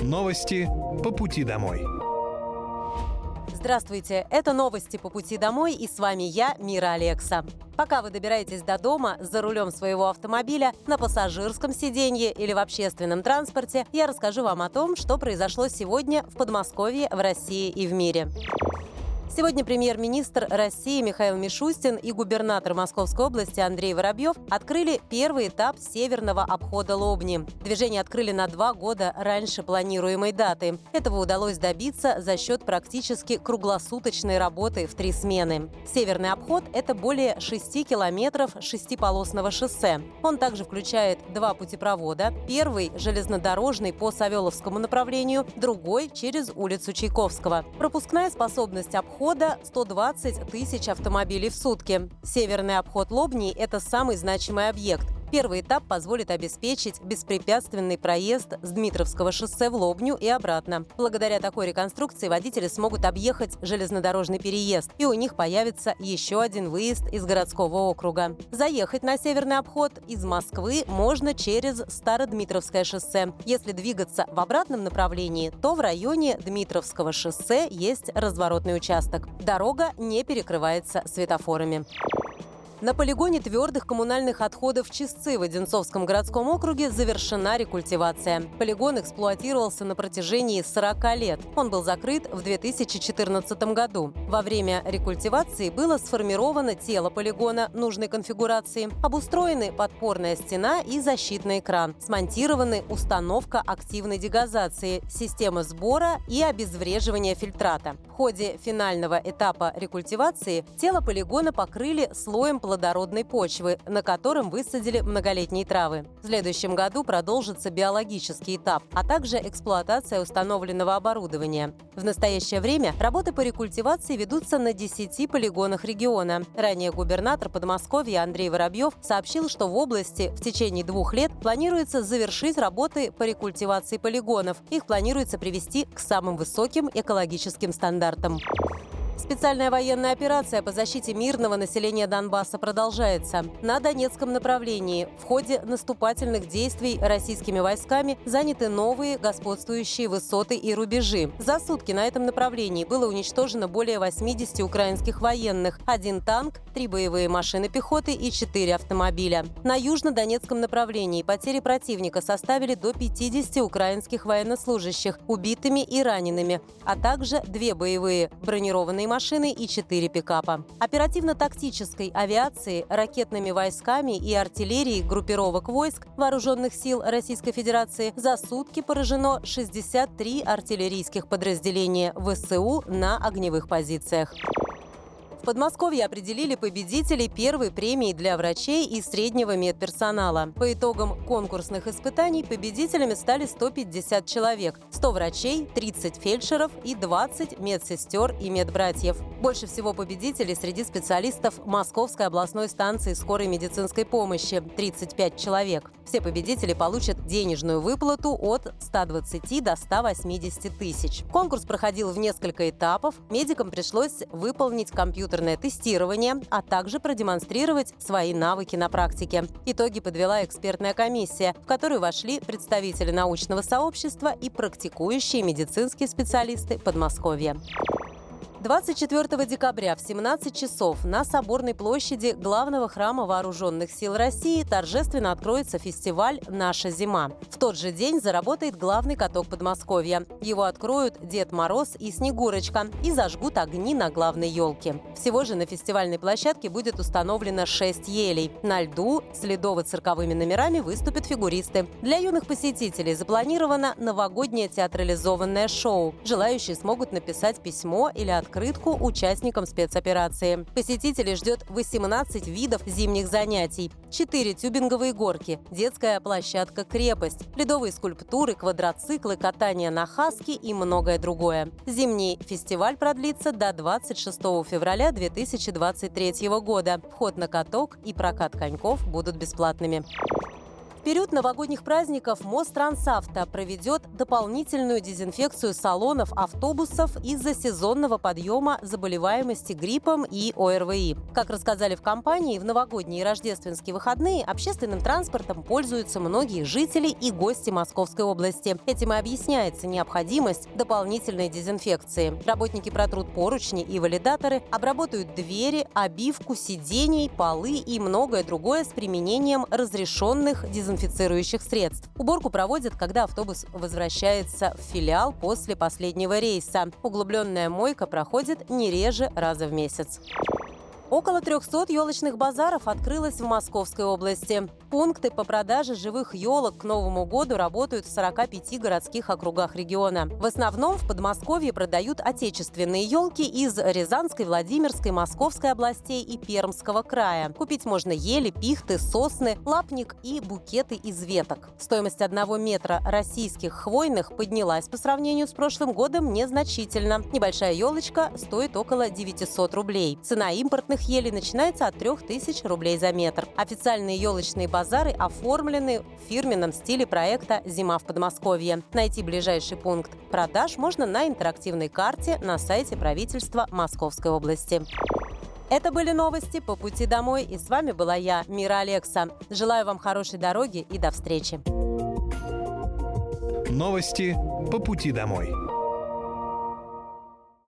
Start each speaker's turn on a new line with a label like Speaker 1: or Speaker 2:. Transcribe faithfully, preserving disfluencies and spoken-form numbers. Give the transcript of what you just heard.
Speaker 1: Новости по пути домой.
Speaker 2: Здравствуйте, это новости по пути домой, и с вами я, Мира Алекса. Пока вы добираетесь до дома за рулем своего автомобиля, на пассажирском сиденье или в общественном транспорте, я расскажу вам о том, что произошло сегодня в Подмосковье, в России и в мире. Сегодня премьер-министр России Михаил Мишустин и губернатор Московской области Андрей Воробьев открыли первый этап северного обхода Лобни. Движение открыли на два года раньше планируемой даты. Этого удалось добиться за счет практически круглосуточной работы в три смены. Северный обход – это более шести километров шестиполосного шоссе. Он также включает два путепровода. Первый – железнодорожный по Савеловскому направлению, другой – через улицу Чайковского. Пропускная способность обхода сто двадцать тысяч автомобилей в сутки. Северный обход Лобни – это самый значимый объект. Первый этап позволит обеспечить беспрепятственный проезд с Дмитровского шоссе в Лобню и обратно. Благодаря такой реконструкции водители смогут объехать железнодорожный переезд, и у них появится еще один выезд из городского округа. Заехать на северный обход из Москвы можно через Стародмитровское шоссе. Если двигаться в обратном направлении, то в районе Дмитровского шоссе есть разворотный участок. Дорога не перекрывается светофорами. На полигоне твердых коммунальных отходов Чистцы в Одинцовском городском округе завершена рекультивация. Полигон эксплуатировался на протяжении сорока лет. Он был закрыт в две тысячи четырнадцатом году. Во время рекультивации было сформировано тело полигона нужной конфигурации, обустроены подпорная стена и защитный экран, смонтированы установка активной дегазации, система сбора и обезвреживания фильтрата. В ходе финального этапа рекультивации тело полигона покрыли слоем плодородной почвы, на котором высадили многолетние травы. В следующем году продолжится биологический этап, а также эксплуатация установленного оборудования. В настоящее время работы по рекультивации ведутся на десяти полигонах региона. Ранее губернатор Подмосковья Андрей Воробьев сообщил, что в области в течение двух лет планируется завершить работы по рекультивации полигонов. Их планируется привести к самым высоким экологическим стандартам. Специальная военная операция по защите мирного населения Донбасса продолжается. На Донецком направлении в ходе наступательных действий российскими войсками заняты новые господствующие высоты и рубежи. За сутки на этом направлении было уничтожено более восьмидесяти украинских военных, один танк, три боевые машины пехоты и четыре автомобиля. На южно-донецком направлении потери противника составили до пятидесяти украинских военнослужащих убитыми и ранеными, а также две боевые бронированные машины и четыре пикапа. Оперативно-тактической авиации, ракетными войсками и артиллерией группировок войск Вооруженных сил Российской Федерации за сутки поражено шестьдесят три артиллерийских подразделения ВСУ на огневых позициях. В Подмосковье определили победителей первой премии для врачей и среднего медперсонала. По итогам конкурсных испытаний победителями стали сто пятьдесят человек, сто врачей, тридцать фельдшеров и двадцать медсестер и медбратьев. Больше всего победителей среди специалистов Московской областной станции скорой медицинской помощи – тридцать пять человек. Все победители получат денежную выплату от ста двадцати до ста восьмидесяти тысяч. Конкурс проходил в несколько этапов. Медикам пришлось выполнить компьютерное тестирование, а также продемонстрировать свои навыки на практике. Итоги подвела экспертная комиссия, в которую вошли представители научного сообщества и практикующие медицинские специалисты Подмосковья. двадцать четвёртого декабря в семнадцать часов на Соборной площади главного храма Вооруженных сил России торжественно откроется фестиваль «Наша зима». В тот же день заработает главный каток Подмосковья. Его откроют Дед Мороз и Снегурочка и зажгут огни на главной елке. Всего же на фестивальной площадке будет установлено шесть елей. На льду с ледово-цирковыми номерами выступят фигуристы. Для юных посетителей запланировано новогоднее театрализованное шоу. Желающие смогут написать письмо или открыть открытку участникам спецоперации. Посетителей ждет восемнадцать видов зимних занятий, четыре тюбинговые горки, детская площадка «Крепость», ледовые скульптуры, квадроциклы, катание на хаски и многое другое. Зимний фестиваль продлится до двадцать шестого февраля две тысячи двадцать третьего года. Вход на каток и прокат коньков будут бесплатными. В период новогодних праздников Мострансавто проведет дополнительную дезинфекцию салонов автобусов из-за сезонного подъема заболеваемости гриппом и О Р Ви. Как рассказали в компании, в новогодние и рождественские выходные общественным транспортом пользуются многие жители и гости Московской области. Этим и объясняется необходимость дополнительной дезинфекции. Работники протрут поручни и валидаторы, обработают двери, обивку сидений, полы и многое другое с применением разрешенных дезинфекционных дезинфицирующих средств. Уборку проводят, когда автобус возвращается в филиал после последнего рейса. Углубленная мойка проходит не реже раза в месяц. Около трехсот елочных базаров открылось в Московской области. Пункты по продаже живых елок к Новому году работают в сорока пяти городских округах региона. В основном в Подмосковье продают отечественные елки из Рязанской, Владимирской, Московской областей и Пермского края. Купить можно ели, пихты, сосны, лапник и букеты из веток. Стоимость одного метра российских хвойных поднялась по сравнению с прошлым годом незначительно. Небольшая елочка стоит около девятисот рублей. Цена импортных елей начинается от трёх тысяч рублей за метр. Официальные елочные базары оформлены в фирменном стиле проекта «Зима в Подмосковье». Найти ближайший пункт продаж можно на интерактивной карте на сайте правительства Московской области. Это были новости по пути домой, и с вами была я, Мира Алекса. Желаю вам хорошей дороги и до встречи.
Speaker 1: Новости по пути домой.